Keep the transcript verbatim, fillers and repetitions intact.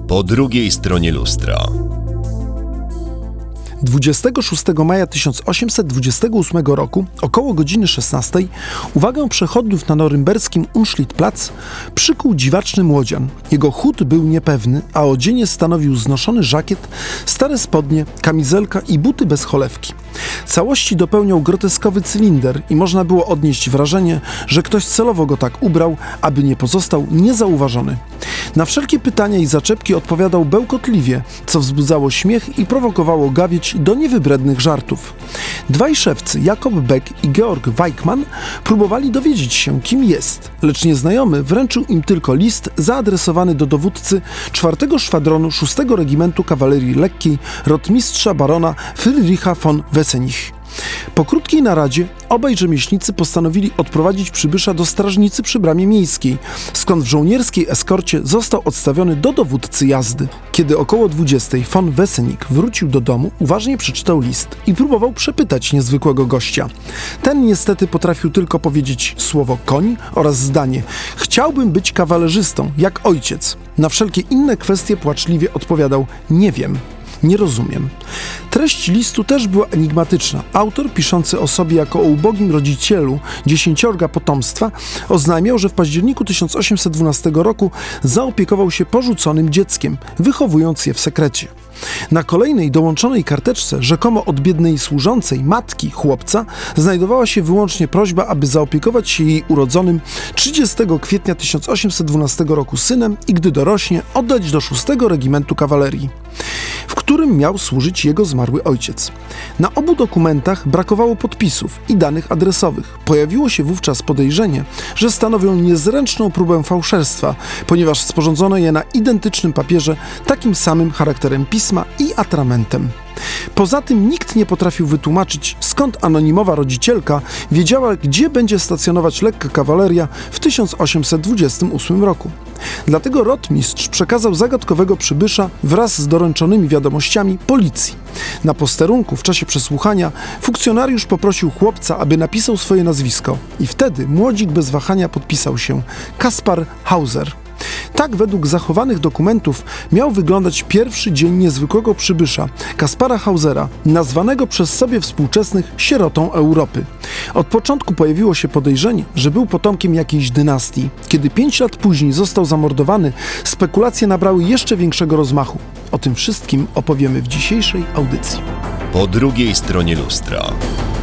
Po drugiej stronie lustra. dwudziestego szóstego maja tysiąc osiemset dwudziestego ósmego roku, około godziny szesnastej, uwagę przechodniów na norymberskim Unschlittplatz przykuł dziwaczny młodzian. Jego chód był niepewny, a odzienie stanowił znoszony żakiet, stare spodnie, kamizelka i buty bez cholewki. Całości dopełniał groteskowy cylinder i można było odnieść wrażenie, że ktoś celowo go tak ubrał, aby nie pozostał niezauważony. Na wszelkie pytania i zaczepki odpowiadał bełkotliwie, co wzbudzało śmiech i prowokowało gawieć do niewybrednych żartów. Dwaj szewcy, Jakob Beck i Georg Weichmann, próbowali dowiedzieć się, kim jest, lecz nieznajomy wręczył im tylko list zaadresowany do dowódcy czwartego szwadronu szóstego regimentu kawalerii lekkiej rotmistrza barona Friedricha von Wessenich. Po krótkiej naradzie obaj rzemieślnicy postanowili odprowadzić przybysza do strażnicy przy bramie miejskiej, skąd w żołnierskiej eskorcie został odstawiony do dowódcy jazdy. Kiedy około dwudziestej von Wessenig wrócił do domu, uważnie przeczytał list i próbował przepytać niezwykłego gościa. Ten niestety potrafił tylko powiedzieć słowo koń oraz zdanie: chciałbym być kawalerzystą, jak ojciec. Na wszelkie inne kwestie płaczliwie odpowiadał: nie wiem. Nie rozumiem. Treść listu też była enigmatyczna. Autor, piszący o sobie jako o ubogim rodzicielu dziesięciorga potomstwa, oznajmiał, że w październiku tysiąc osiemset dwunastego roku zaopiekował się porzuconym dzieckiem, wychowując je w sekrecie. Na kolejnej dołączonej karteczce, rzekomo od biednej służącej, matki chłopca, znajdowała się wyłącznie prośba, aby zaopiekować się jej urodzonym trzydziestego kwietnia tysiąc osiemset dwunastego roku synem i gdy dorośnie, oddać do szóstego regimentu kawalerii, w którym miał służyć jego zmarły ojciec. Na obu dokumentach brakowało podpisów i danych adresowych. Pojawiło się wówczas podejrzenie, że stanowią niezręczną próbę fałszerstwa, ponieważ sporządzono je na identycznym papierze, takim samym charakterem pisma i atramentem. Poza tym nikt nie potrafił wytłumaczyć, skąd anonimowa rodzicielka wiedziała, gdzie będzie stacjonować lekka kawaleria w tysiąc osiemset dwudziestym ósmym roku. Dlatego rotmistrz przekazał zagadkowego przybysza wraz z doręczonymi wiadomościami policji. Na posterunku w czasie przesłuchania funkcjonariusz poprosił chłopca, aby napisał swoje nazwisko i wtedy młodzik bez wahania podpisał się: Kaspar Hauser. Tak według zachowanych dokumentów miał wyglądać pierwszy dzień niezwykłego przybysza, Kaspara Hausera, nazwanego przez sobie współczesnych sierotą Europy. Od początku pojawiło się podejrzenie, że był potomkiem jakiejś dynastii. Kiedy pięć lat później został zamordowany, spekulacje nabrały jeszcze większego rozmachu. O tym wszystkim opowiemy w dzisiejszej audycji. Po drugiej stronie lustra.